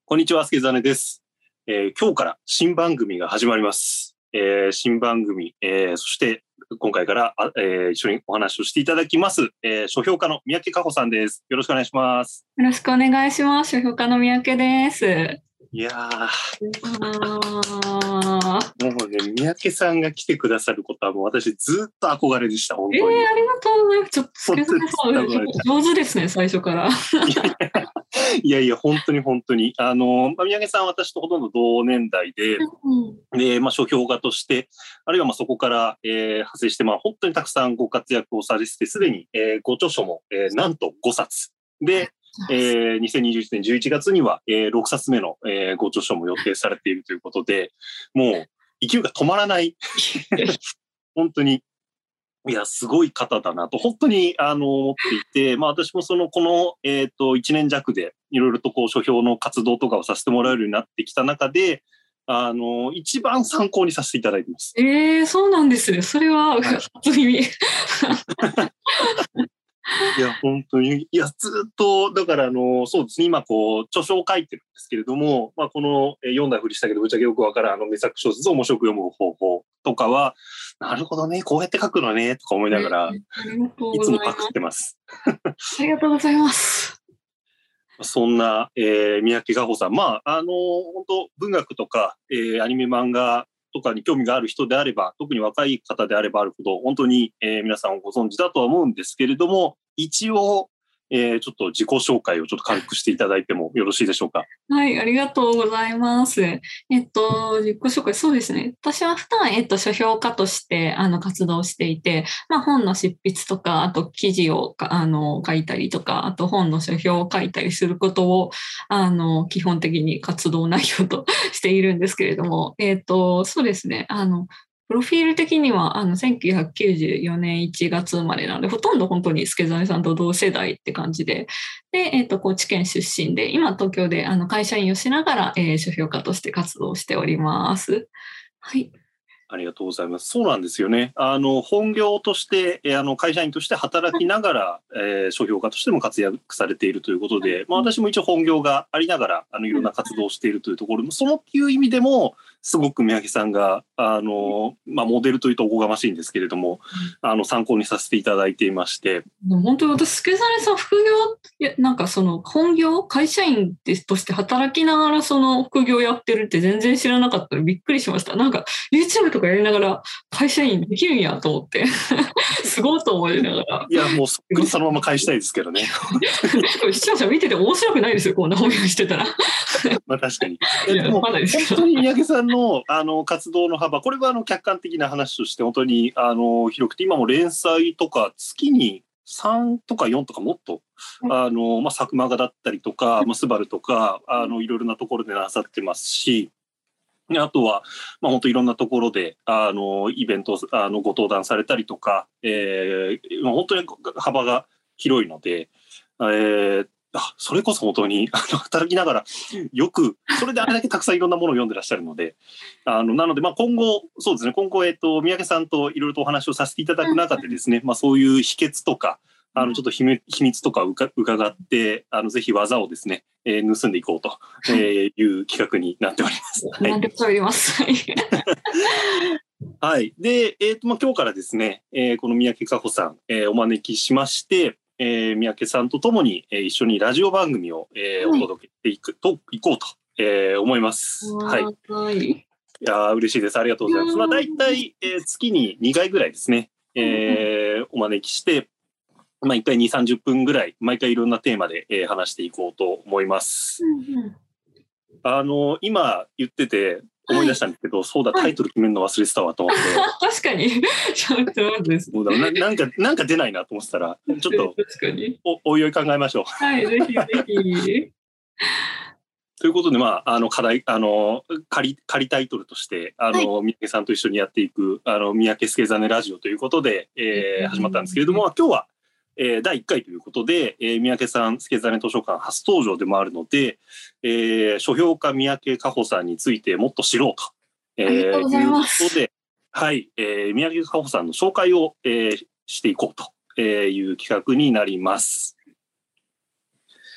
こんにちは、助真です。今日から新番組が始まります。新番組、そして今回から、一緒にお話をしていただきます、書評家の三宅佳穂さんです。よろしくお願いします。 よろしくお願いします。書評家の三宅です。 いやもうね、三宅さんが来てくださることはもう私ずっと憧れでした、本当に。 ありがとうございます。ちょっと助真さん、上手ですね、最初から。 いや、本当に本当に。三宅さんは私とほとんど同年代で、で、書評家として、あるいはそこから、派生して、本当にたくさんご活躍をされてて、すでに、ご著書も、なんと5冊。で、2021年11月には、6冊目の、ご著書も予定されているということで、もう勢いが止まらない。本当に。いや、すごい方だなと、本当に、思っていて、私もこの、1年弱で、いろいろと書評の活動とかをさせてもらえるようになってきた中で、一番参考にさせていただいてます。 そうなんですね。それは、初耳。 いや、本当に。いや、ずっと、だから、そうですね、今、著書を書いてるんですけれども、この、読んだふりしたけど、ぶっちゃけよくわからん、名作小説を面白く読む方法とかは、なるほどね、こうやって書くのね、とか思いながら、いつも書くってます。 ありがとうございます。 そんな、三宅佳穂さん、本当文学とか、アニメ漫画とかに興味がある人であれば、特に若い方であればあるほど、本当に、皆さんをご存知だとは思うんですけれども、一応、ちょっと自己紹介をちょっと軽くしていただいてもよろしいでしょうか。 はい、ありがとうございます。自己紹介、そうですね。私は普段、書評家として、活動していて、本の執筆とか、あと記事を、書いたりとか、あと本の書評を書いたりすることを、基本的に活動内容としているんですけれども、そうですね。プロフィール的には、1994年1月生まれなので、ほとんど本当に助真さんと同世代って感じで、で、高知県出身で、今東京で会社員をしながら、書評家として活動しております。はい。 ありがとうございます。そうなんですよね。本業として、会社員として働きながら、書評家としても活躍されているということで、私も一応本業がありながら、いろんな活動をしているというところも、そのいう意味でも、すごく三宅さんが、モデルというとおこがましいんですけれども、参考にさせていただいていまして。 本当に私、助真さん、副業、なんか本業、会社員として働きながら副業やってるって全然知らなかったのでびっくりしました。なんか YouTube とかやりながら会社員できるんやと思って、すごいと思いながら。 いや、もうそのまま返したいですけどね。 視聴者見てて面白くないですよ、こんな本読してたら。 確かに。でも本当に三宅さんの活動の幅、これは客観的な話として本当に広くて、今も連載とか月に3とか4とかもっと作漫画だったりとか、スバルとかいろいろなところでなさってますし、あとは、本当いろんなところで、イベント、ご登壇されたりとか、本当に幅が広いので、それこそ本当に働きながらよくそれであれだけたくさんいろんなものを読んでらっしゃるので、なので今後そうですね、今後三宅さんといろいろとお話をさせていただく中でですね、そういう秘訣とかちょっと秘密とかを伺ってぜひ技をですね、盗んでいこうという企画になっております。 なっております。 はい。で、今日からですね、この三宅佳穂さん、お招きしまして、三宅さんとともに、一緒にラジオ番組を、お届けしていこうと、思います。はい。いや嬉しいです。ありがとうございます。だいたい月に2回ぐらいですね、お招きして、1回2、30分ぐらい、毎回いろんなテーマで、話していこうと思います。今言ってて思い出したんですけど、そうだ、タイトル決めるの忘れてたわと思って。 確かに。ちょっとです。 なんか出ないなと思ってたら、ちょっとおいおい考えましょう。 はい、ぜひぜひ。 ということで、課題、仮タイトルとして、三宅さんと一緒にやっていく、三宅助真ラジオということで、始まったんですけれども、今日は、第1回ということで、三宅さん助真図書館初登場でもあるので、書評家三宅佳穂さんについてもっと知ろうということで、はい、三宅佳穂さんの紹介を、していこうという企画になります。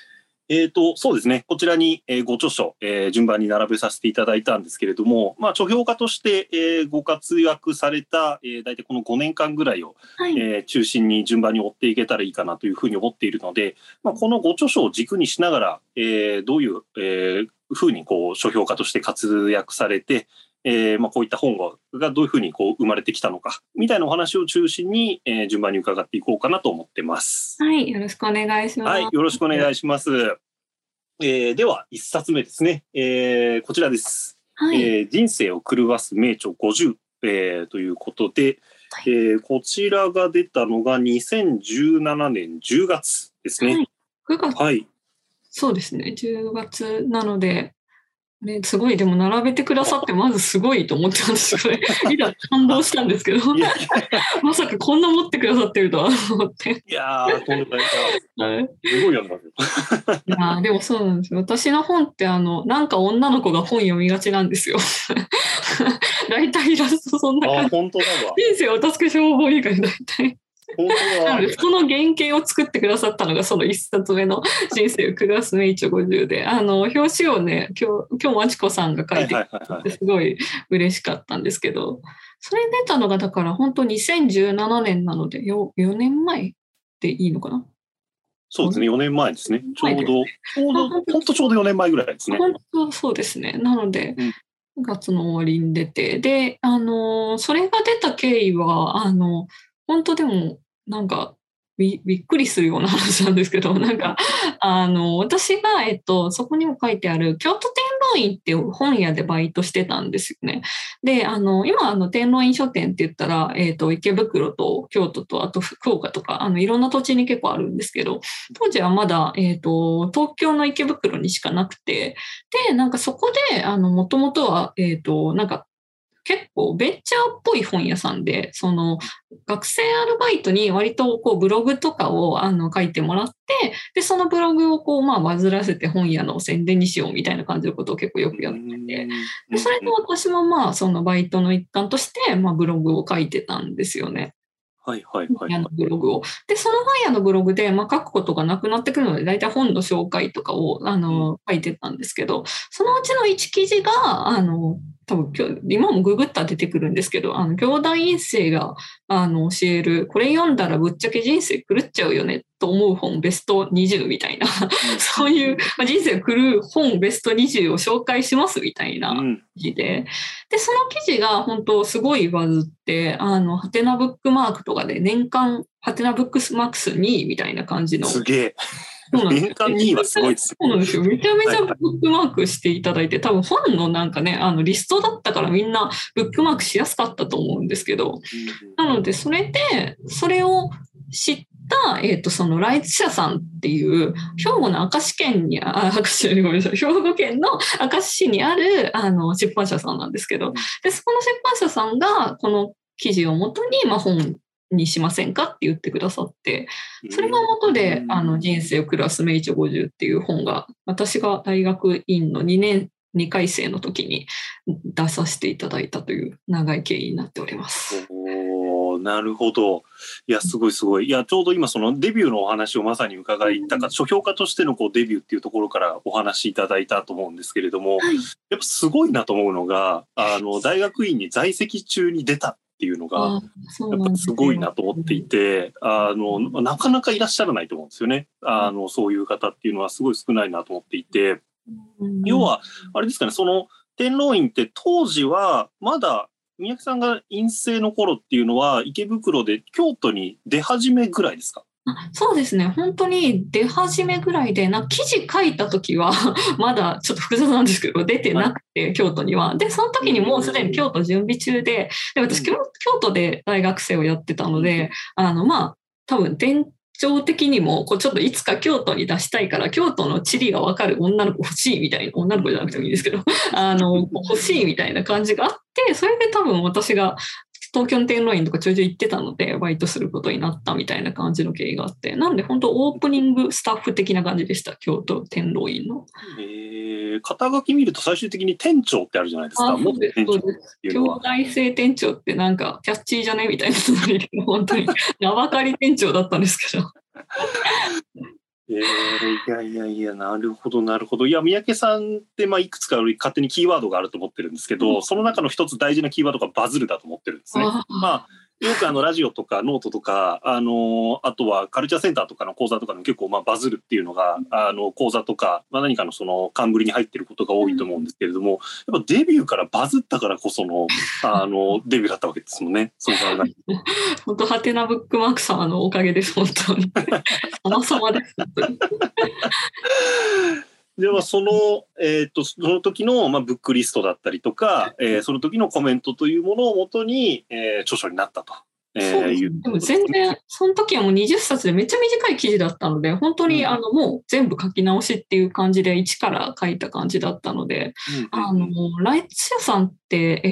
そうですね。こちらに、ご著書、順番に並べさせていただいたんですけれども、まあ、書評家として、ご活躍された、大体この5年間ぐらいを、 はい。 中心に順番に追っていけたらいいかなというふうに思っているので、まあ、このご著書を軸にしながら、どういう、ふうにこう書評家として活躍されて、まあ、こういった本がどういうふうにこう生まれてきたのか、みたいなお話を中心に、順番に伺っていこうかなと思ってます。 はい。よろしくお願いしはい、 ます。 よろしくお願いします。では、一冊目ですね。こちらです。 はい。 人生を狂わす名著50、ということで、こちらが出たのが2017年10月ですね。 はい。9月、 はい。 そうですね。10月なので、ね、すごい、でも並べてくださって、まずすごいと思ってたんですよ。いざ感動したんですけど、 いやまさかこんな持ってくださってるとは思って。 いやー、とんでもない。 はい。 すごい読んだんですよ。 いやでもそうなんですよ。私の本ってなんか女の子が本読みがちなんですよ。大体イラストそんな感じ。 本当だわ。 人生を助け消防以外大体。 本当だ。 なので、その原型を作ってくださったのがその一冊目の人生を狂わす名著50で、表紙をね、今日まちこさんが書いてくれてすごい嬉しかったんですけど、それ出たのがだから本当2017年なので4年前でいいのかな。 そうですね、4年前ですね。ちょうど、本当ちょうど4年前ぐらいですね。 本当そうですね。なので、9月の終わりに出て、で、それが出た経緯は、本当でも、なんか、びっくりするような話なんですけど、なんか、私が、そこにも書いてある、京都天狼院っていう本屋でバイトしてたんですよね。で、今、天狼院書店って言ったら、池袋と京都と、あと福岡とか、いろんな土地に結構あるんですけど、当時はまだ、東京の池袋にしかなくて、で、なんかそこで、もともとは、なんか結構ベンチャーっぽい本屋さんで、その学生アルバイトに割とこうブログとかを書いてもらって、で、そのブログをこうまあバズらせて本屋の宣伝にしようみたいな感じのことを結構よくやってて、で、それで私もまあそのバイトの一環としてまあブログを書いてたんですよね。 はいはいはい。 本屋のブログを。で、その本屋のブログで、まあ、書くことがなくなってくるので、大体本の紹介とかを、書いてたんですけど、そのうちの1記事が、多分今もググったら出てくるんですけど、京大院生が、教える、これ読んだらぶっちゃけ人生狂っちゃうよねと思う本ベスト20みたいな、そういう、まあ、人生を狂う本ベスト20を紹介しますみたいな記事で、で、その記事が本当すごいバズって、ハテナブックマークとかで年間ハテナブックマークス2位みたいな感じの。 すげえ。年間2位はすごいです。 そうなんですよ。めちゃめちゃブックマークしていただいて、多分本のなんかね、リストだったからみんなブックマークしやすかったと思うんですけど、なのでそれで、それを知った、そのライツ社さんっていう、兵庫の明石県に、ごめんなさい、兵庫県の明石市にある、出版社さんなんですけど、で、そこの出版社さんが、この記事をもとに、まあ、本にしませんかって言ってくださって、それが元で、人生を狂わす名著50っていう本が、私が大学院の2回生の時に出させていただいたという長い経緯になっております。 なるほど。いや、すごいすごい。いや、ちょうど今そのデビューのお話をまさに伺いたか、書評家としてのこうデビューっていうところからお話しいただいたと思うんですけれども、 はい、 やっぱすごいなと思うのが、大学院に在籍中に出たっていうのが、やっぱすごいなと思っていて、なかなかいらっしゃらないと思うんですよね。そういう方っていうのはすごい少ないなと思っていて、要は、あれですかね、その天狼院って当時はまだ三宅さんが院生の頃っていうのは池袋で京都に出始めぐらいですか？ そうですね。本当に出始めぐらいで、記事書いた時はまだちょっと複雑なんですけど、出てなくて、京都には。で、その時にもうすでに京都準備中で、私、京都で大学生をやってたので、まあ、多分、店長的にも、ちょっといつか京都に出したいから、京都の地理がわかる女の子欲しいみたいな、女の子じゃなくてもいいですけど、欲しいみたいな感じがあって、それで多分私が東京の天狼院とかちょいちょい行ってたので、バイトすることになったみたいな感じの経緯があって、なんで本当オープニングスタッフ的な感じでした、京都天狼院の。 肩書き見ると最終的に店長ってあるじゃないですか。 そうです。京大生店長ってなんかキャッチーじゃねみたいな、本当に名ばかり店長だったんですけど。 いや、なるほど、なるほど。いや、三宅さんって、いくつか勝手にキーワードがあると思ってるんですけど、その中の一つ大事なキーワードがバズるだと思ってるんですね。よくラジオとかノートとか、あとはカルチャーセンターとかの講座とかの結構バズるっていうのが、講座とか、何かのその冠に入ってることが多いと思うんですけれども、やっぱデビューからバズったからこその、デビューだったわけですもんね。そう考えると。 本当、ハテナブックマーク様のおかげです、本当に。様々です、本当に。 ではその時の、ブックリストだったりとか、その時のコメントというものをもとに、著書になったと。 そうですね。でも全然、その時はもう20冊でめっちゃ短い記事だったので、本当にもう全部書き直しっていう感じで一から書いた感じだったので、ライツ社さんって、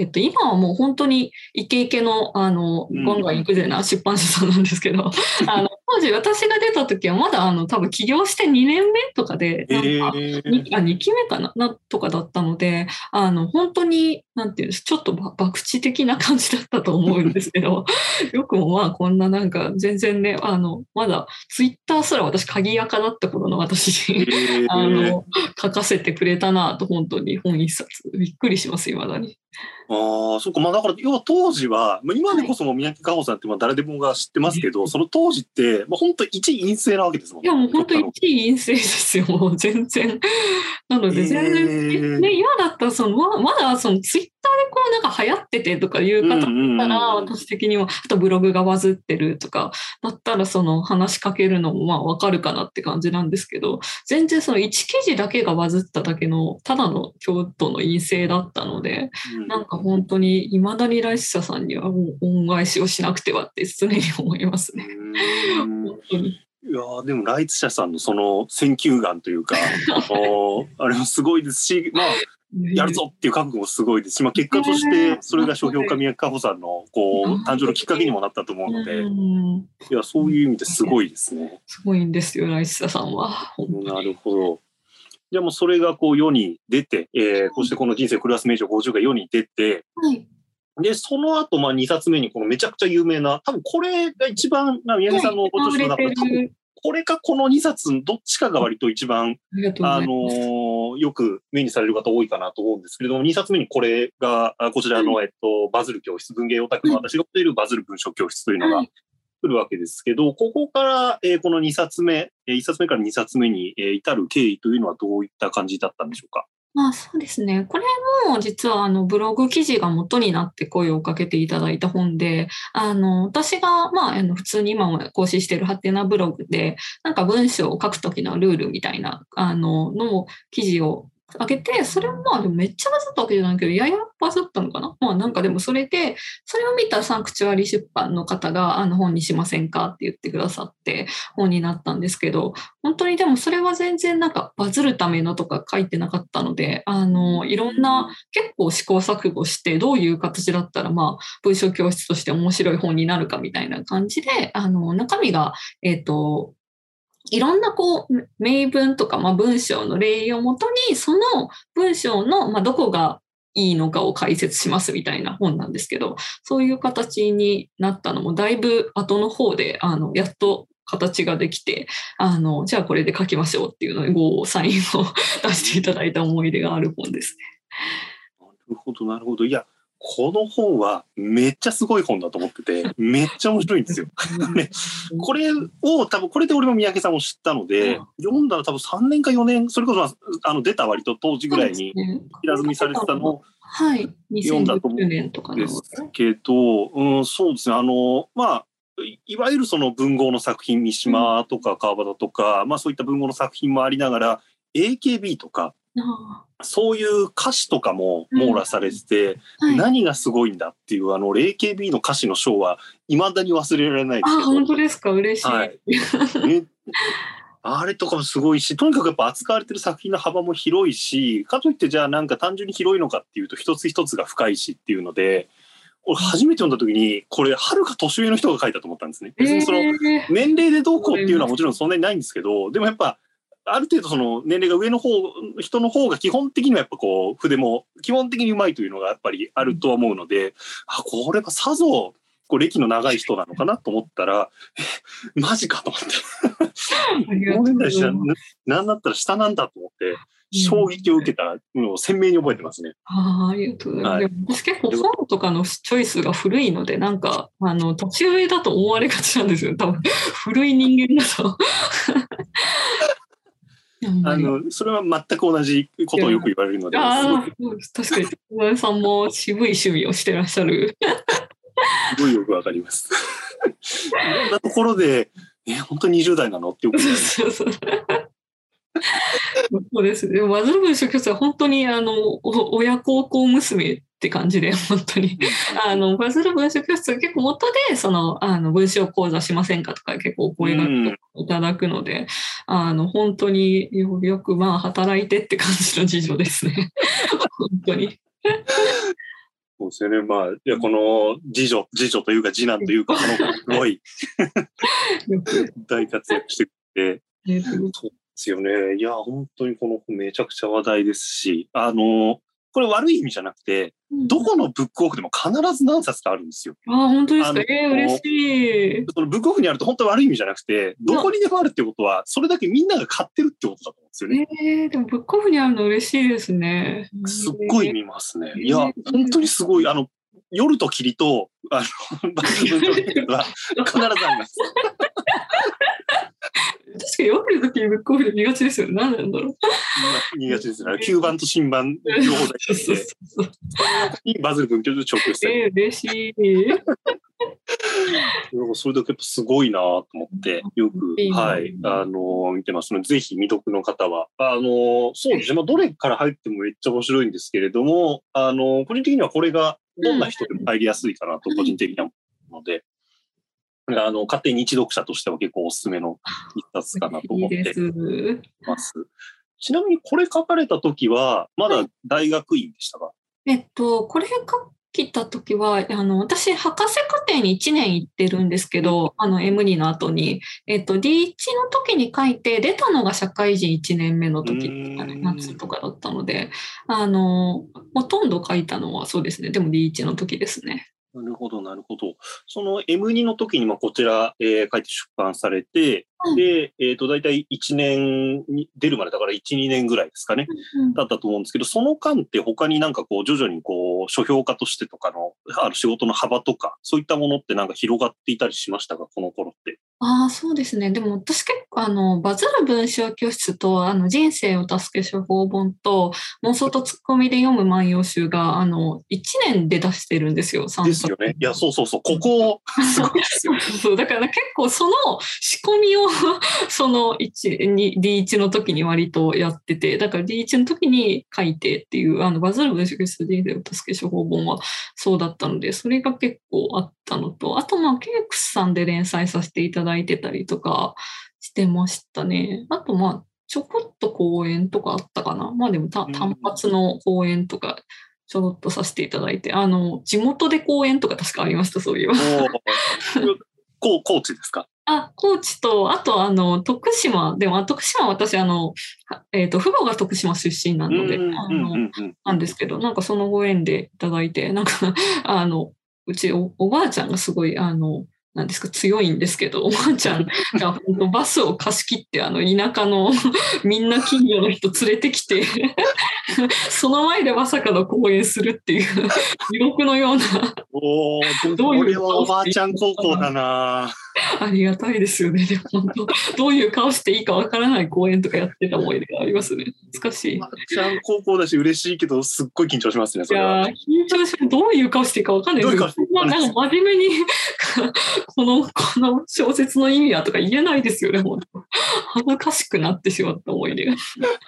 今はもう本当にイケイケの、ガンガン行くぜな出版社さんなんですけど、当時私が出た時はまだ多分起業して2年目とかで、2期目かなとかだったので、本当に、なんていうんです、ちょっと博打的な感じだったと思うんですけど、よくもこんななんか全然ね、まだツイッターすら私鍵垢だった頃の私に、書かせてくれたなと、本当に本一冊。びっくりします、未だに。 ああ、そうか。だから、要は当時は、今でこそも三宅佳穂さんって誰でもが知ってますけど、その当時って、本当一位陰性なわけですもんね。 いや、もう本当に一位陰性ですよ、もう全然。なので、全然、今だったら、まだツイッターでなんか流行っててとかいう方だったら、私的には、あとブログがバズってるとか、だったら話しかけるのもわかるかなって感じなんですけど、全然1記事だけがバズっただけの、ただの京都の陰性だったので、なんか本当に、未だにライス社さんにはもう恩返しをしなくてはって常に思いますね。本当に。 いやでもライツ社さんのその選球眼というかあれもすごいですし、やるぞっていう覚悟もすごいですし、結果としてそれが書評家三宅佳穂さんの誕生のきっかけにもなったと思うので、いやそういう意味ですごいですね。 すごいんですよ、ライツ社さんは。 なるほど。じゃあもうそれが世に出て、そしてこの人生クラス名著50が世に出て、で、その後、2冊目にこのめちゃくちゃ有名な、多分これが一番、三宅さんのご著書の中で、多分これかこの2冊、どっちかが割と一番、よく目にされる方多いかなと思うんですけれども、2冊目にこれが、こちらの、バズる教室、文芸オタクの私が持っているバズる文章教室というのが来るわけですけど、ここから、この2冊目、1冊目から2冊目に、至る経緯というのはどういった感じだったんでしょうか？ そうですね。これも実はブログ記事が元になって声をかけていただいた本で、私が普通に今も講師しているハテナブログで、なんか文章を書くときのルールみたいなの記事を上げて、それもでもめっちゃバズったわけじゃないけど、ややバズったのかな。なんかでもそれで、それを見たサンクチュアリ出版の方が本にしませんかって言ってくださって本になったんですけど、本当にでもそれは全然なんかバズるためのとか書いてなかったので、いろんな結構試行錯誤して、どういう形だったら文章教室として面白い本になるかみたいな感じで、中身が、いろんな名文とか文章の例をもとに、その文章のどこがいいのかを解説しますみたいな本なんですけど、そういう形になったのもだいぶ後の方で、やっと形ができて、じゃあこれで書きましょうっていうので、サインを出していただいた思い出がある本ですね。 なるほど、なるほど。いや、この本はめっちゃすごい本だと思ってて、めっちゃ面白いんですよ。これを多分これで俺も三宅さんを知ったので、読んだら多分3年か4年、それこそ出た割と当時ぐらいに平積みされてたのを読んだと思うんですけど、そうですね。いわゆるその文豪の作品、三島とか川端とか、そういった文豪の作品もありながら、AKB とか、そういう歌詞とかも網羅されてて、何がすごいんだっていうAKB の歌詞の章は未だに忘れられないですけど。 本当ですか？嬉しい。 あれとかもすごいし、とにかくやっぱ扱われてる作品の幅も広いし、かといってじゃあなんか単純に広いのかっていうと一つ一つが深いしっていうので、俺初めて読んだ時にこれはるか年上の人が書いたと思ったんですね。別にその年齢でどうこうっていうのはもちろんそんなにないんですけど、でもやっぱある程度その年齢が上の人の方が基本的にはやっぱ筆も基本的にうまいというのがやっぱりあるとは思うので、これはさぞ歴の長い人なのかなと思ったら、マジかと思って。 この年代なんだったら下なんだと思って、衝撃を受けたのを鮮明に覚えてますね。 ありがとうございます。でも私結構本とかのチョイスが古いので、なんか、年上だと思われがちなんですよ。多分、古い人間だと。 それは全く同じことをよく言われるので。 確かに、小林さんも渋い趣味をしてらっしゃる。 すごいよくわかります。いろんなところで、本当に20代なのってよく言われる。 そうですね。バズる文章教室は本当に親孝行娘って感じで、本当に。バズる文章教室は結構元で、文章講座しませんかとか結構お声がいただくので、本当によく働いてって感じの次女ですね。本当に。 そうですよね。この次女というか次男というか、この子すごい大活躍してくれて。そうですよね。いや、本当にこの子めちゃくちゃ話題ですし、これ悪い意味じゃなくて、どこのブックオフでも必ず何冊かあるんですよ。 本当ですか？嬉しい。 そのブックオフにあると本当に悪い意味じゃなくて、どこにでもあるってことは、それだけみんなが買ってるってことだと思うんですよね。 でもブックオフにあるの嬉しいですね。 すっごい見ますね。いや、本当にすごい。夜と霧と、バズ文章系は必ずあります。 確かに夜の時にブックオフで見がちですよね。何なんだろう。 見がちですね。旧版と新版両方だけで。バズる文教で調教してる。 嬉しい。 それだけすごいなと思って、よく、見てますので、ぜひ未読の方は。そうですね。どれから入ってもめっちゃ面白いんですけれども、個人的にはこれがどんな人でも入りやすいかなと、個人的には思うので、勝手に一読者としては結構おすすめの一冊かなと思っています。ちなみにこれ書かれた時は、まだ大学院でしたか？ これ書いた時は、私、博士課程に1年行ってるんですけど、M2 の後に、D1 の時に書いて、出たのが社会人1年目の時、夏とかだったので、ほとんど書いたのはそうですね。でも D1 の時ですね。 なるほど、なるほど。その M2 の時にこちら、書いて出版されて、で、大体1年に出るまでだから1、2年ぐらいですかね、だったと思うんですけど、その間って他に徐々に書評家としてとかの、仕事の幅とか、そういったものって広がっていたりしましたか、この頃って。 そうですね。でも私結構バズる文章教室と人生を助け処方本と妄想とツッコミで読む万葉集が1年で出してるんですよ。 ですよね。いや、そう。ここ、すごいですよ。 そう、だから結構その仕込みをそのD1 の時に割とやってて、だから D1 の時に書いてっていう、バズる文章教室人生を助け処方本はそうだったので、それが結構あったのと、あとケイクスさんで連載させていただいてたりとかしてましたね。あとちょこっと講演とかあったかな。でも単発の講演とかちょろっとさせていただいて、地元で講演とか確かありました、そういえば。 高知ですか？ 高知と、あと徳島、でも徳島は私父母が徳島出身なので、なんですけど、そのご縁でいただいて、うちおばあちゃんがすごいなんですか、強いんですけど、おばあちゃんが本当バスを貸し切って田舎のみんな近所の人連れてきてその前でまさかの講演するっていう地獄のようなどういうはおばあちゃん高校だな。 ありがたいですよね。でも本当どういう顔していいかわからない講演とかやってた思い出がありますね。懐かしい。 おばあちゃん高校だし嬉しいけどすっごい緊張しますね。それは。 いや緊張してどういう顔していいかわかんないですけど、真面目にこの小説の意味はとか言えないですよね。本当恥ずかしくなってしまった思い出が。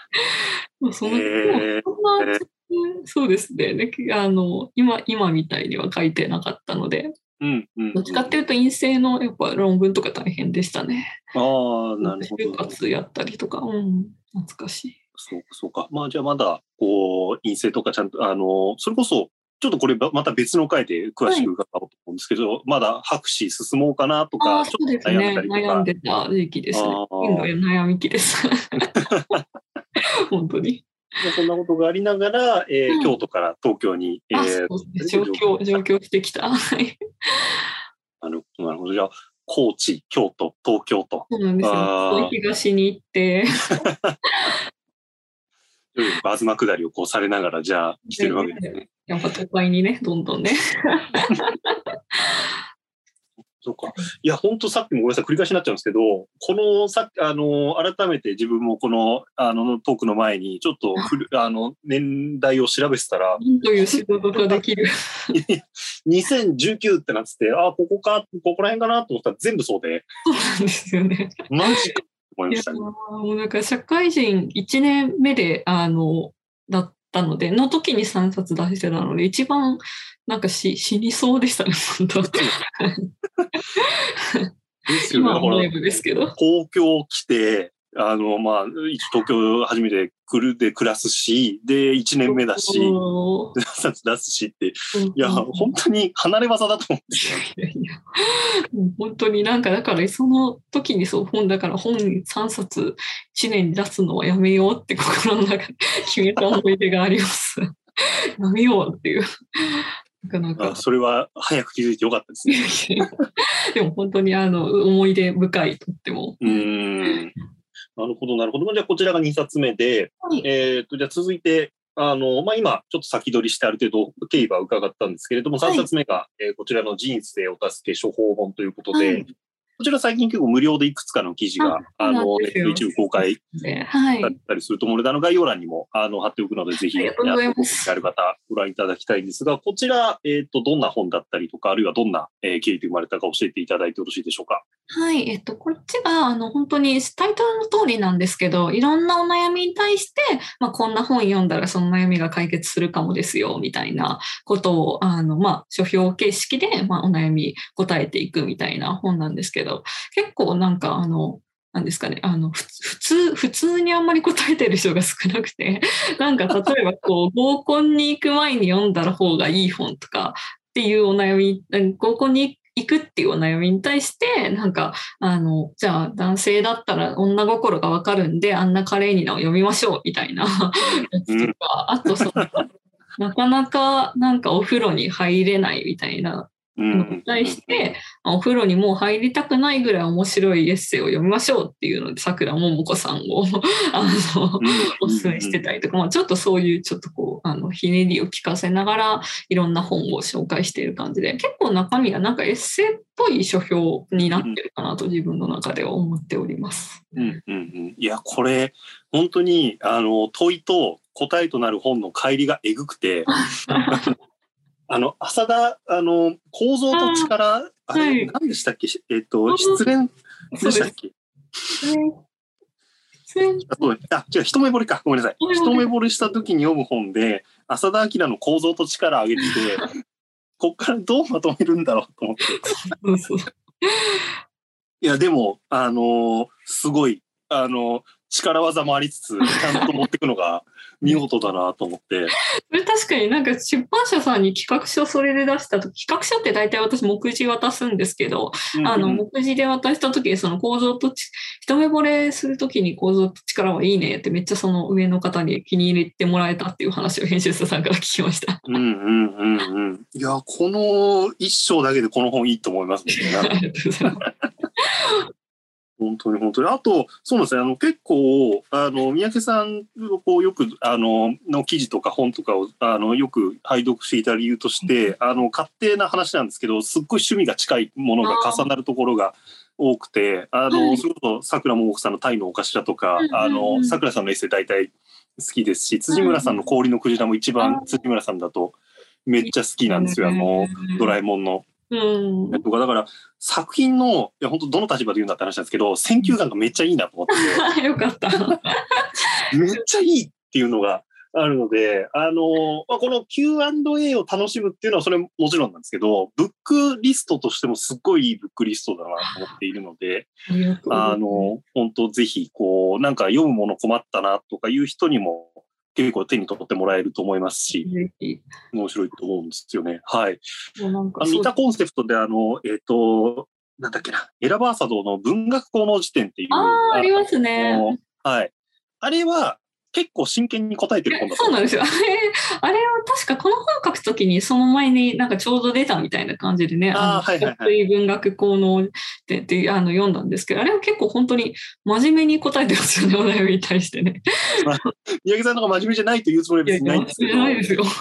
そうですね。今みたいには書いてなかったので。どっちかっていうと陰性のやっぱ論文とか大変でしたね。 なるほど。 就活やったりとか、懐かしい。 そうか。じゃあまだ陰性とかちゃんとそれこそちょっとこれまた別の回で詳しく伺おうと思うんですけど、まだ博士進もうかなとかちょっと悩んでた時期ですね。悩み期です。本当に。 そんなことがありながら、京都から東京に、 上京してきた。 なるほど。じゃあ、 高知、京都、東京と。 そうなんですよ。東に行って。 バズマ下りをこうされながら、じゃあ、来てるわけですね。 やっぱ都会にね、どんどんね。 そうか。いや、本当さっきもごめんなさい、繰り返しになっちゃうんですけど、このさっき、改めて自分もこの、トークの前に、ちょっと年代を調べてたら、 何という仕事ができる。 2019ってなってて、ここら辺かなと思ったら全部そうで。 そうなんですよね。 マジか。思いましたね。 もうなんか社会人1年目で、だったので、の時に3冊出してたので、一番なんか死にそうでしたね、本当。 ですよね。 今はライブですけど。 東京来て、東京初めて暮らすし、で、1年目だし、出すしって、いや、本当に離れ技だと思うんですよ。 いや本当になんか、だからその時に本3冊1年に出すのはやめようって心の中で決めた思い出があります。やめようっていう。 それは早く気づいてよかったですね。 でも本当に思い出深い、とっても。 なるほど、なるほど。じゃあこちらが2冊目で、 はい、 じゃあ続いて、今ちょっと先取りしてある程度経緯は伺ったんですけれども、3冊目が、こちらの人生お助け処方本ということで、はい、こちら最近結構無料でいくつかの記事が、一部公開だったりすると思うので、概要欄にも貼っておくので、ぜひ、ある方、ご覧いただきたいんですが、こちら、どんな本だったりとか、あるいはどんな経緯で生まれたか教えていただいてよろしいでしょうか。 はい、こっちが、本当にタイトルの通りなんですけど、いろんなお悩みに対して、こんな本読んだらその悩みが解決するかもですよ、みたいなことを、書評形式で、お悩み答えていくみたいな本なんですけど、結構なんか、なんですかね、普通にあんまり答えてる人が少なくて、なんか例えば合コンに行く前に読んだ方がいい本とかっていうお悩み、合コンに行くっていうお悩みに対して、なんか、じゃあ男性だったら女心がわかるんで、アンナ・カレーニナを読みましょうみたいなやつとか、あとなかなかなんかお風呂に入れないみたいなのに対して、お風呂にもう入りたくないぐらい面白いエッセイを読みましょうっていうので、桜ももこさんをお勧めしてたりとか、ちょっとそういうちょっとひねりを聞かせながらいろんな本を紹介している感じで、結構中身がなんかエッセイっぽい書評になってるかなと自分の中では思っております。 いや、これ本当に問いと答えとなる本の乖離がえぐくて浅田、構造と力、何でしたっけ？失恋でしたっけ？違う、一目惚れか。ごめんなさい。一目惚れした時に読む本で、浅田明の構造と力を上げてて、こっからどうまとめるんだろうと思って。いや、でも、すごい、力技もありつつ、ちゃんと持っていくのが見事だなと思って。 それ確かになんか出版社さんに企画書それで出したとき、企画書って大体私目次渡すんですけど、目次で渡したときにその構造と一目惚れするときに構造と力はいいねってめっちゃその上の方に気に入ってもらえたっていう話を編集者さんから聞きました。 いや、この一章だけでこの本いいと思いますね。ありがとうございます。本当に。あと、そうなんですね。結構、三宅さんをよく、の記事とか本とかを、よく拝読していた理由として、勝手な話なんですけど、すっごい趣味が近いものが重なるところが多くて、それこそ桜ももこさんのタイのお頭とか、桜さんのエッセイ大体好きですし、辻村さんの氷のクジラも一番辻村さんだとめっちゃ好きなんですよ。ドラえもんの。だから作品のいや本当どの立場で言うんだって話なんですけど、選球眼がめっちゃいいなと思ってよかっためっちゃいいっていうのがあるので、この Q&A を楽しむっていうのはそれもちろんなんですけど、ブックリストとしてもすっごいいいブックリストだなと思っているので、本当ぜひなんか読むもの困ったなとかいう人にも結構手に取ってもらえると思いますし、面白いと思うんですよね。はい。似たコンセプトでなんだっけな、エラバーサドの文学効能辞典っていう。 ありますね。 はい。あれは結構真剣に答えてる本だと思そうなんですよ。あれは確かこの本書くときにその前になんかちょうど出たみたいな感じでね、文学効能って読んだんですけど、あれは結構本当に真面目に答えてますよね、お悩みに対してね。 三宅さんの方が真面目じゃないというつもりは別にないんですけど、 ないですよ。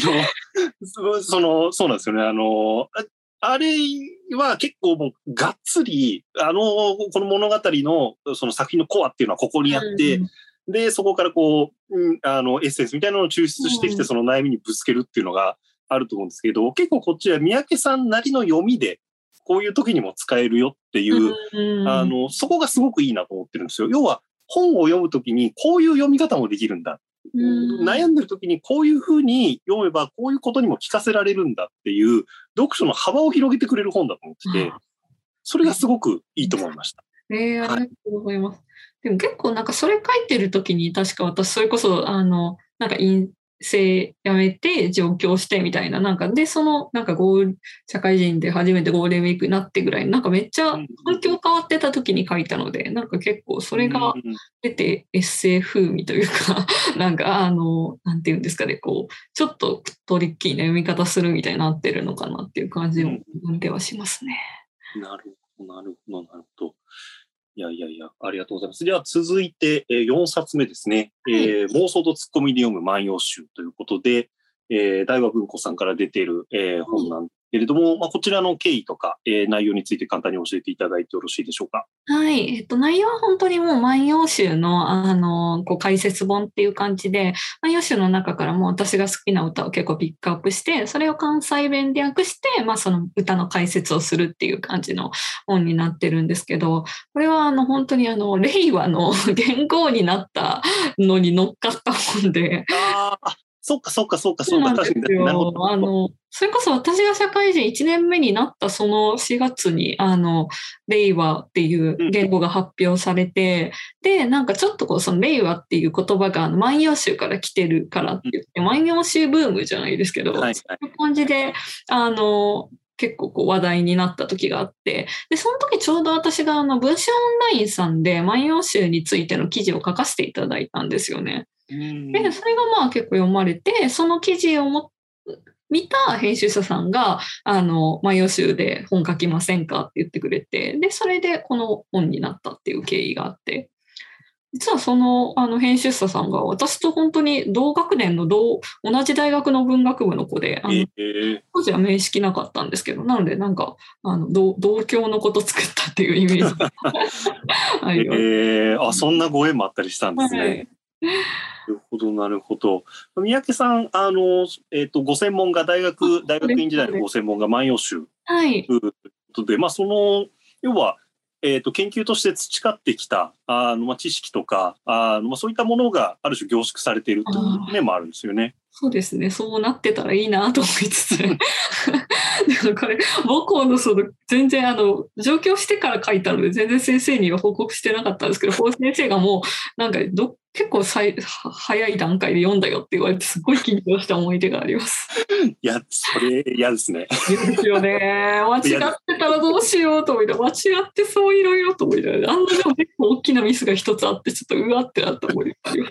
そうなんですよね。あれは結構もうがっつり、この物語のその作品のコアっていうのはここにあって、で、そこからこう、エッセンスみたいなのを抽出してきて、その悩みにぶつけるっていうのがあると思うんですけど、結構こっちは三宅さんなりの読みで、こういう時にも使えるよっていう、そこがすごくいいなと思ってるんですよ。要は、本を読むときにこういう読み方もできるんだ。悩んでるときにこういうふうに読めばこういうことにも聞かせられるんだっていう読書の幅を広げてくれる本だと思ってて、それがすごくいいと思いました。 ありがとうございます。でも結構なんかそれ書いてるときに確か私それこそなんか陰性やめて上京してみたいな、なんかでそのなんか社会人で初めてゴールデンウィークになってぐらいなんかめっちゃ環境変わってた時に書いたので、なんか結構それが出てエッセイ風味というかなんかなんていうんですかね、こうちょっとトリッキーな読み方するみたいになってるのかなっていう感じのではしますね。 なるほどなるほど。いや、ありがとうございます。では続いて、4冊目ですね。妄想とツッコミで読む万葉集ということで、大和文庫さんから出ている、本なんけれども、こちらの経緯とか、内容について簡単に教えていただいてよろしいでしょうか。 はい。内容は本当にもう万葉集の、解説本っていう感じで、万葉集の中からも私が好きな歌を結構ピックアップして、それを関西弁で訳して、その歌の解説をするっていう感じの本になってるんですけど、これは本当に令和の元号になったのに乗っかった本で、 そっか。 そうなんですよ。それこそ私が社会人1年目になったその4月に、令和っていう言語が発表されて、で、なんかちょっとこう、その令和っていう言葉が万葉集から来てるからって言って、万葉集ブームじゃないですけど、そういう感じで、結構こう話題になった時があって、で、その時ちょうど私が文春オンラインさんで万葉集についての記事を書かせていただいたんですよね。で、それが結構読まれて、その記事を見た編集者さんが、万葉集で本書きませんかって言ってくれて、で、それでこの本になったっていう経緯があって、実はその、編集者さんが私と本当に同学年の同じ大学の文学部の子で、当時は面識なかったんですけど、なのでなんか、同郷の子と作ったっていうイメージがあります。 そんなご縁もあったりしたんですね。なるほど。三宅さん、ご専門が大学院時代のご専門が万葉集ということで、要は、研究として培ってきた知識とかそういったものがある種凝縮されているという面もあるんですよね。 そうですね。そうなってたらいいなと思いつつ。でもこれ、母校の全然上京してから書いたので、全然先生には報告してなかったんですけど、先生がもう、なんか結構早い段階で読んだよって言われて、すごい緊張した思い出があります。 いや、それ嫌ですね。 嫌ですよね。間違ってたらどうしようと思いながら、間違ってそういろいろと思いながら、でも結構大きなミスが一つあって、ちょっとうわってなった思いがあります。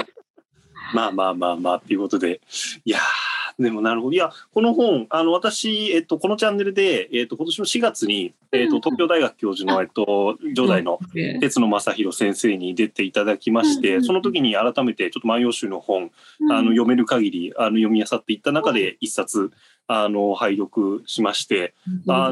っていうことで。いやでもなるほど。いや、この本、私、このチャンネルで、今年の4月に、東京大学教授の、上大の鉄野正弘先生に出ていただきまして、その時に改めてちょっと万葉集の本、読める限り、読み漁っていった中で一冊、拝読しまして、やっぱ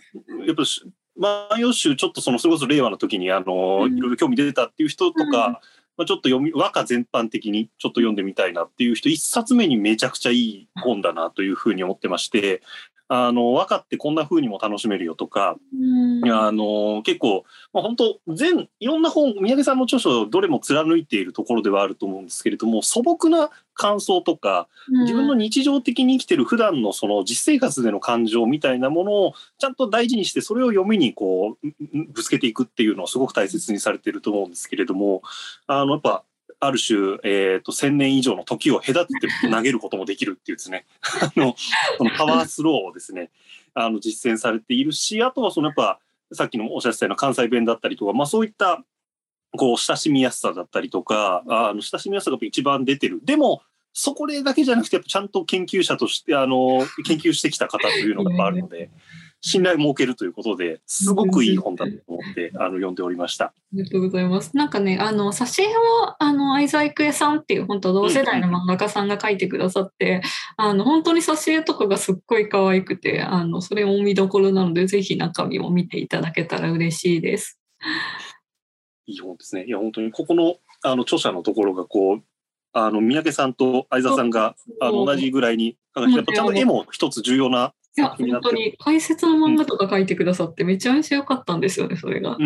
万葉集ちょっとそれこそ令和の時にいろいろ興味出たっていう人とか、ちょっと和歌全般的にちょっと読んでみたいなっていう人、一冊目にめちゃくちゃいい本だなというふうに思ってまして、和歌ってこんな風にも楽しめるよとか、結構、本当いろんな本、三宅さんの著書どれも貫いているところではあると思うんですけれども、素朴な感想とか、自分の日常的に生きてる普段のその実生活での感情みたいなものをちゃんと大事にして、それを読みにこうぶつけていくっていうのをすごく大切にされていると思うんですけれども、やっぱある種、1000年以上の時を隔てて投げることもできるっていうですねそのパワースローをですね実践されているし、あとはやっぱさっきのおっしゃってたような関西弁だったりとか、そういったこう親しみやすさだったりとか、親しみやすさが一番出てる。でもそこだけじゃなくてちゃんと研究者として研究してきた方というのがやっぱあるので。 信頼も受けるということで、すごくいい本だと思って読んでおりました。 ありがとうございます。なんかね、挿絵を相沢郁恵さんっていう本当同世代の漫画家さんが描いてくださって、本当に挿絵とかがすっごい可愛くて、それも見どころなので、ぜひ中身も見ていただけたら嬉しいです。 いい本ですね。いや、本当にここの著者のところがこう、三宅さんと相沢さんが同じぐらいに、やっぱちゃんと絵も一つ重要な作品になってる。 いや、本当に解説の漫画とか書いてくださってめちゃめちゃ良かったんですよね、それが。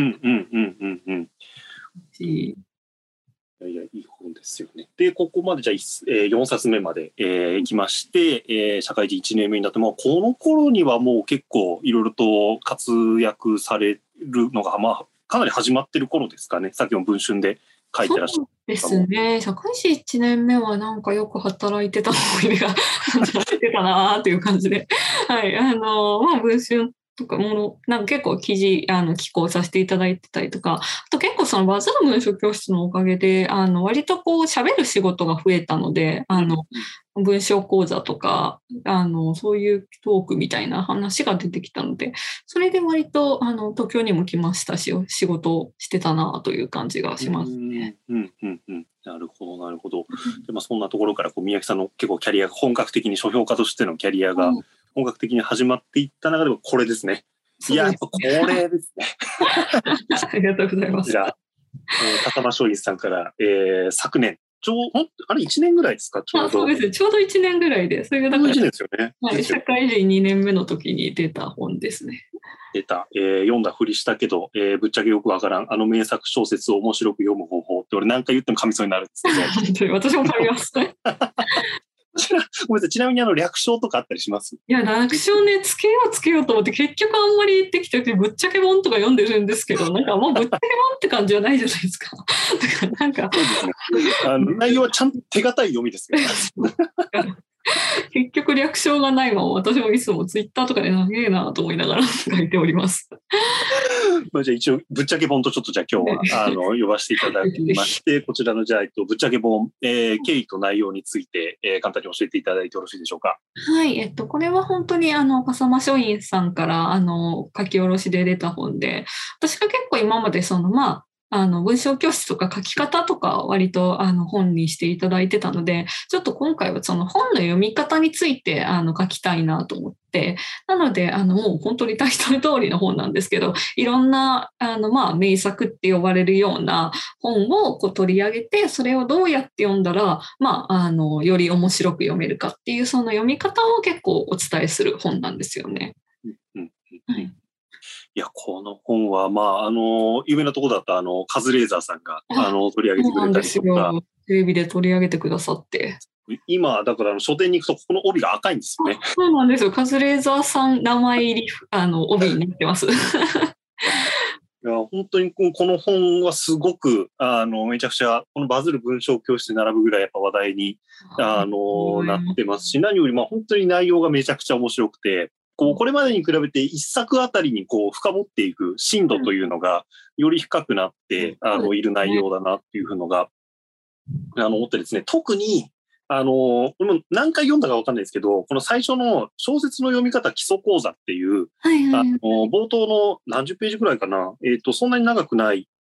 いや、いい本ですよね。で、ここまでじゃあ4冊目まで行きまして、社会人1年目になって、この頃にはもう結構いろいろと活躍されるのが、かなり始まってる頃ですかね。さっきの文春で書いてらっしゃる。 そうですね。社会人1年目はなんかよく働いてた思い出が働いてたなーっていう感じで。はい。文春とかなんか結構記事、寄稿させていただいてたりとか、あと結構そのバズる文章教室のおかげで、割とこう喋る仕事が増えたので、文章講座とか、そういうトークみたいな話が出てきたので、それで割と、東京にも来ましたし、仕事をしてたなという感じがしますね。 なるほど、なるほど。でそんなところから三宅さんの結構キャリアが本格的に書評家としてのキャリアが本格的に始まっていった中でもこれですね。いや、やっぱこれですね。 ありがとうございます。 笠間松陰さんから、昨年、あれ1年ぐらいですか、ちょうど。 そうですね、ちょうど1年ぐらいで、それがだから、 1年ですよね。 はい、社会人2年目の時に出た本ですね。 読んだふりしたけど、ぶっちゃけよくわからん、名作小説を面白く読む方法って俺何回言っても噛みそうになるんですけど。 私も噛みます。 ごめんなさい、ちなみに略称とかあったりします？ いや、略称ね、つけようと思って、結局あんまり言ってきてて、ぶっちゃけ本とか読んでるんですけど、なんかもうぶっちゃけ本って感じはないじゃないですか。だからなんか。 内容はちゃんと手堅い読みですけど。 結局略称がないまま、私もいつもツイッターとかで長えなと思いながら書いております。 じゃあ一応ぶっちゃけ本とちょっとじゃあ今日は呼ばせていただきましてこちらのじゃあぶっちゃけ本、経緯と内容について、簡単に教えていただいてよろしいでしょうか。 はい、これは本当に笠間松陰さんから書き下ろしで出た本で、私が結構今まで文章教室とか書き方とか割と本にしていただいてたので、ちょっと今回はその本の読み方について書きたいなと思って、なのでもう本当にタイトル通りの本なんですけど、いろんな名作って呼ばれるような本を取り上げて、それをどうやって読んだらより面白く読めるかっていうその読み方を結構お伝えする本なんですよね。はいいや、この本は、有名なところだと、カズレーザーさんが、取り上げてくれたりとか。 テレビで取り上げてくださって。 今、だから書店に行くと、ここの帯が赤いんですよね。 そうなんですよ。カズレーザーさん名前入り、帯になってます。いや、本当にこの本はすごく、めちゃくちゃ、このバズる文章教室に並ぶぐらいやっぱ話題に、なってますし、何より、本当に内容がめちゃくちゃ面白くて、これまでに比べて一作あたりに深掘っていく深度というのがより深くなっている内容だなっていうのが思ってですね、特に何回読んだか分かんないですけど、この最初の小説の読み方基礎講座っていう、冒頭の何十ページくらいかな、そんなに長くない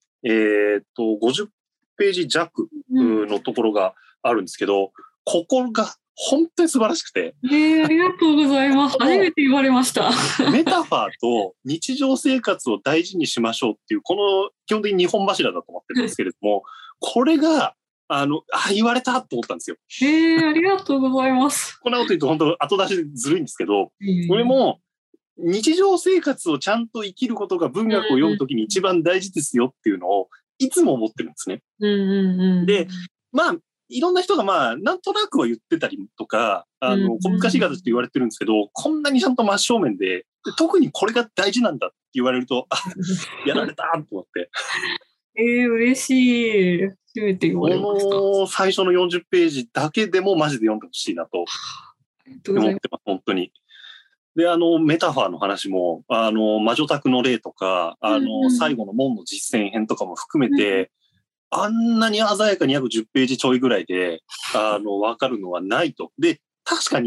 、50ページ弱のところがあるんですけど、ここが本当に素晴らしくて。 ありがとうございます。初めて言われました。 メタファーと日常生活を大事にしましょうっていう、この基本的に2本柱だと思ってるんですけれども、これが、言われたと思ったんですよ。 ありがとうございます。 こんなこと言うと本当後出しずるいんですけど、これも日常生活をちゃんと生きることが文学を読むときに一番大事ですよっていうのをいつも思ってるんですね。で、いろんな人がなんとなくは言ってたりとか、小難しい形って言われてるんですけど、こんなにちゃんと真正面で、特にこれが大事なんだって言われると、やられたと思って。 嬉しい。初めて言われました。 この最初の40ページだけでもマジで読んでほしいなと思ってます、本当に。で、メタファーの話も、魔女宅の例とか、最後の門の実践編とかも含めて、あんなに鮮やかに約10ページちょいぐらいで、わかるのはないと。で、確かに、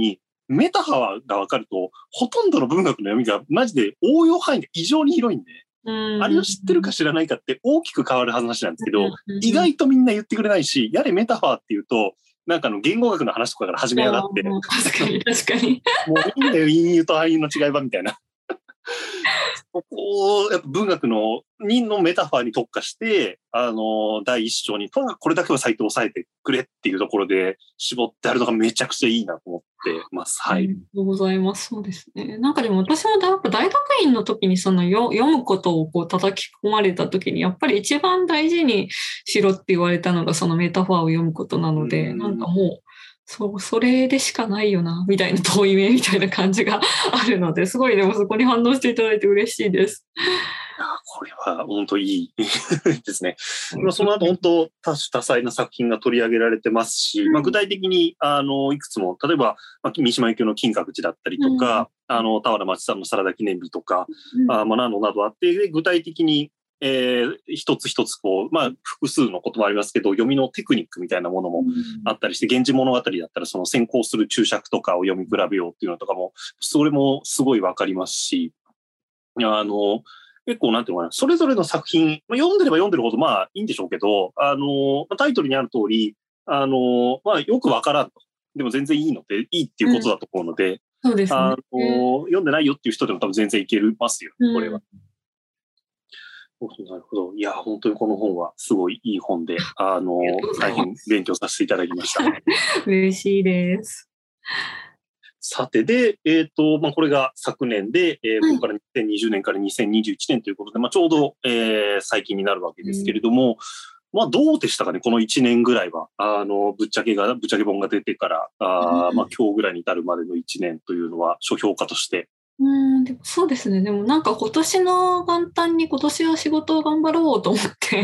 メタ波が分かると、ほとんどの文学の読みがマジで応用範囲が異常に広いんで、あれを知ってるか知らないかって大きく変わる話なんですけど、意外とみんな言ってくれないし、やれメタファーっていうと、なんか言語学の話とかから始めやがって、 確かに確かに。 もういいんだよ、隠喩と暗喩の違いはみたいな。そこをやっぱ文学のメタファーに特化して、第一章にとにかくこれだけはサイトを押さえてくれっていうところで絞ってあるのがめちゃくちゃいいなと思ってます。はい。 ありがとうございます。そうですね。なんかでも私も大学院の時に読むことをこう叩き込まれた時に、やっぱり一番大事にしろって言われたのがそのメタファーを読むことなので、なんかもう、それでしかないよな、みたいな遠い目みたいな感じがあるので、すごいでもそこに反応していただいて嬉しいです。 これは本当いいですね。その後本当多種多彩な作品が取り上げられてますし、具体的にいくつも、例えば、三島由紀夫の金閣寺だったりとか、田原町さんのサラダ記念日とか、などなどあって、具体的に一つ一つ複数の言葉ありますけど、読みのテクニックみたいなものもあったりして、源氏物語だったらその先行する注釈とかを読み比べようっていうのとかも、それもすごいわかりますし、結構なんていうのかな、それぞれの作品、読んでれば読んでるほどいいんでしょうけど、タイトルにある通り、よくわからんと。でも全然いいので、いいっていうことだと思うので、 そうですね。 読んでないよっていう人でも多分全然いけますよ、これは。なるほど。いや、本当にこの本はすごいいい本で、大変勉強させていただきました。 嬉しいです。 さて、で、これが昨年で、ここから2020年から2021年ということで、ちょうど、最近になるわけですけれども、どうでしたかね、この1年ぐらいは。ぶっちゃけ本が出てから、今日ぐらいに至るまでの1年というのは、書評家として。 でもそうですね。でもなんか今年は仕事を頑張ろうと思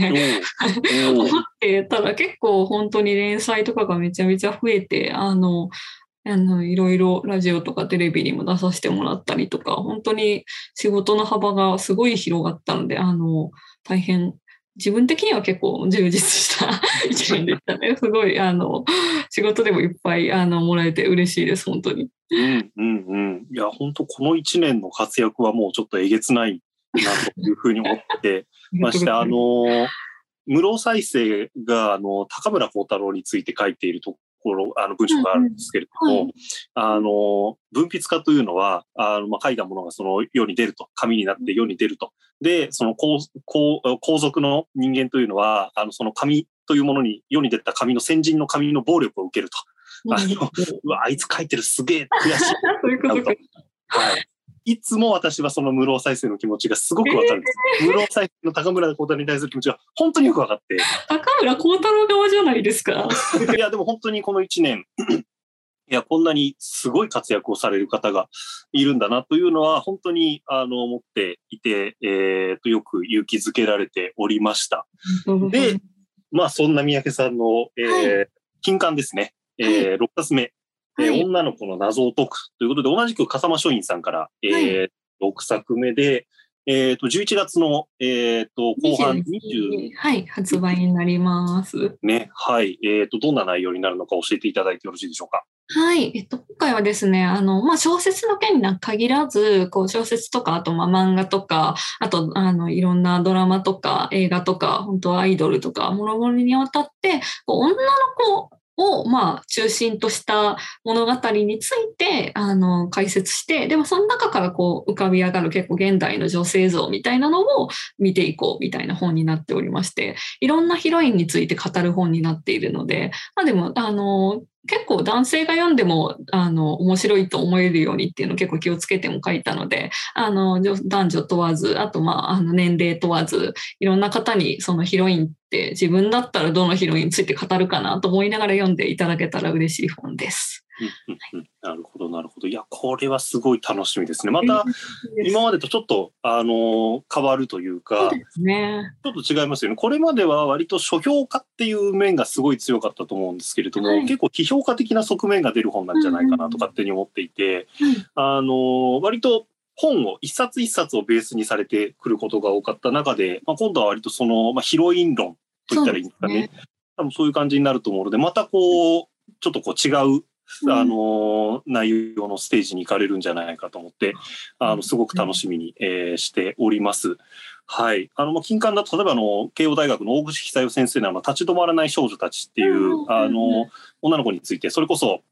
ってたら結構本当に連載とかがめちゃめちゃ増えて、いろいろラジオとかテレビにも出させてもらったりとか、本当に仕事の幅がすごい広がったので、大変、自分的には結構充実した一年でしたね。すごい、仕事でもいっぱい、もらえて嬉しいです、本当に。 いや、本当この1年の活躍はもうちょっとえげつないなというふうに思ってまして、室生再生が、高村光太郎について書いているところ、文章があるんですけれども、文筆家というのは、書いたものがその世に出ると、紙になって世に出ると。で、その皇族の人間というのは、その紙というものに、世に出た紙の先人の紙の暴力を受けると。あいつ書いてるすげえ悔しい。 そういうことか。 はい。いつも私はその室生再生の気持ちがすごくわかるんです。室生再生の高村光太郎に対する気持ちが本当によくわかって。 高村光太郎側じゃないですか。 いや、でも本当にこの1年、いや、こんなにすごい活躍をされる方がいるんだなというのは本当に思っていて、よく勇気づけられておりました。で、そんな三宅さんの、金刊ですね。6冊目、女の子の謎を解くということで、同じく笠間書院さんから、6作目で、11月の、後半 20発売になります。 ね、はい。どんな内容になるのか教えていただいてよろしいでしょうか。 はい。今回はですね、小説の件に限らず、小説とか、あと、漫画とか、あと、いろんなドラマとか、映画とか、本当はアイドルとか、もろもろにわたって、女の子を、中心とした物語について、解説して、でもその中から浮かび上がる結構現代の女性像みたいなのを見ていこうみたいな本になっておりまして、いろんなヒロインについて語る本になっているので、でも、結構男性が読んでも面白いと思えるようにっていうのを結構気をつけても書いたので、男女問わず、あと年齢問わず、いろんな方にそのヒロインって自分だったらどのヒロインについて語るかなと思いながら読んでいただけたら嬉しい本です。 なるほど、なるほど。いや、これはすごい楽しみですね。また、今までとちょっと、変わるというか、 そうですね、 ちょっと違いますよね。これまでは割と書評家っていう面がすごい強かったと思うんですけれども、結構批評家的な側面が出る本なんじゃないかなと勝手に思っていて、割と本を一冊一冊をベースにされてくることが多かった中で、今度は割とその、ヒロイン論といったらいいんですかね。多分そういう感じになると思うので、またちょっと違う内容のステージに行かれるんじゃないかと思って、すごく楽しみに、しております。はい。近慣だと、例えば慶応大学の大串久代先生の立ち止まらない少女たちっていう、女の子について、それこそ、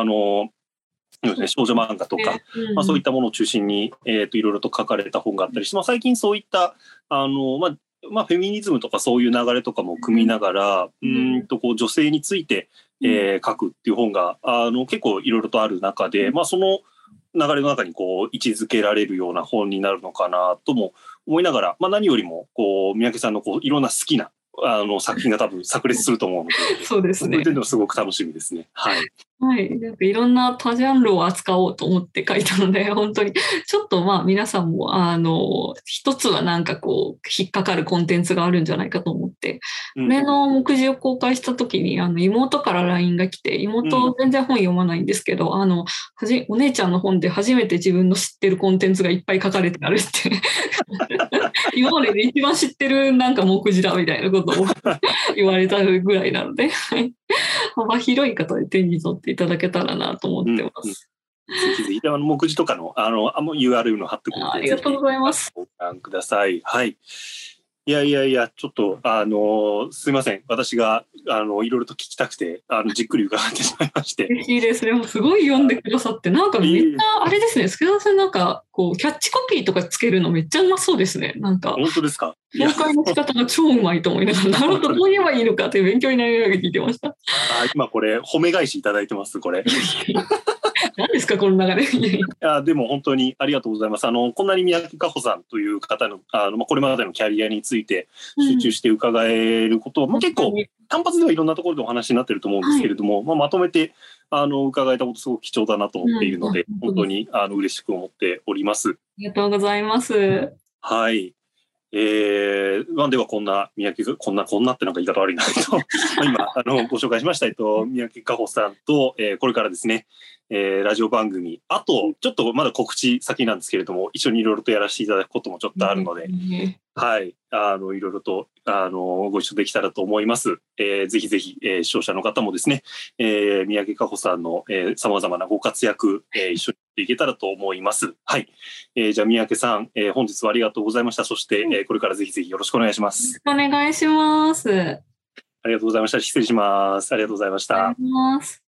少女漫画とか、そういったものを中心に、いろいろと書かれた本があったりして、最近そういった、フェミニズムとかそういう流れとかも組みながら、こう女性について、書くっていう本が、結構いろいろとある中で、その流れの中にこう位置づけられるような本になるのかなとも思いながら、何よりもこう三宅さんのこういろんな好きな作品が多分炸裂すると思うので、 そうですね。 そういう点でもすごく楽しみですね。はい。 はい。なんかいろんな多ジャンルを扱おうと思って書いたので、本当に、ちょっと皆さんも、一つはなんかこう、引っかかるコンテンツがあるんじゃないかと思って、これの目次を公開した時に、妹から LINE が来て、妹全然本読まないんですけど、お姉ちゃんの本で初めて自分の知ってるコンテンツがいっぱい書かれてあるって。今までで一番知ってるなんか目次だみたいなことを言われたぐらいなので、幅広い方で手に取っていただけたらなと思ってます。 ぜひぜひ、目次とかの、URL の貼っておくので、 ありがとうございます。 ご覧ください。はい。いや、ちょっと、すいません。私が、いろいろと聞きたくて、じっくり伺ってしまいまして。 いいですね。もうすごい読んでくださって、なんかめっちゃ、あれですね、助田さんなんか、こう、キャッチコピーとかつけるのめっちゃうまそうですね。なんか。 本当ですか？ 紹介の仕方が超うまいと思いながら、なるほど、どう言えばいいのかって勉強になりながら聞いてました。 今これ、褒め返しいただいてます、これ。 何ですか、この流れ。 でも本当にありがとうございます。こんなに三宅佳穂さんという方の、これまでのキャリアについて集中して伺えることは、結構単発ではいろんなところでお話になってると思うんですけれども、まとめて伺えたことすごく貴重だなと思っているので、本当に嬉しく思っております。 ありがとうございます。 はい。ではこんな三宅、こんなってなんか言い方悪いなと今ご紹介しました三宅佳穂さんと、これからですね、ラジオ番組、あとちょっとまだ告知先なんですけれども、一緒にいろいろとやらせていただくこともちょっとあるので、はい、いろいろとご一緒できたらと思います。ぜひぜひ、視聴者の方もですね、三宅佳穂さんのさまざまなご活躍、一緒にいけたらと思います。はい。じゃあ三宅さん、本日はありがとうございました。そして、これからぜひぜひよろしくお願いします。 お願いします。 ありがとうございました。失礼します。ありがとうございました。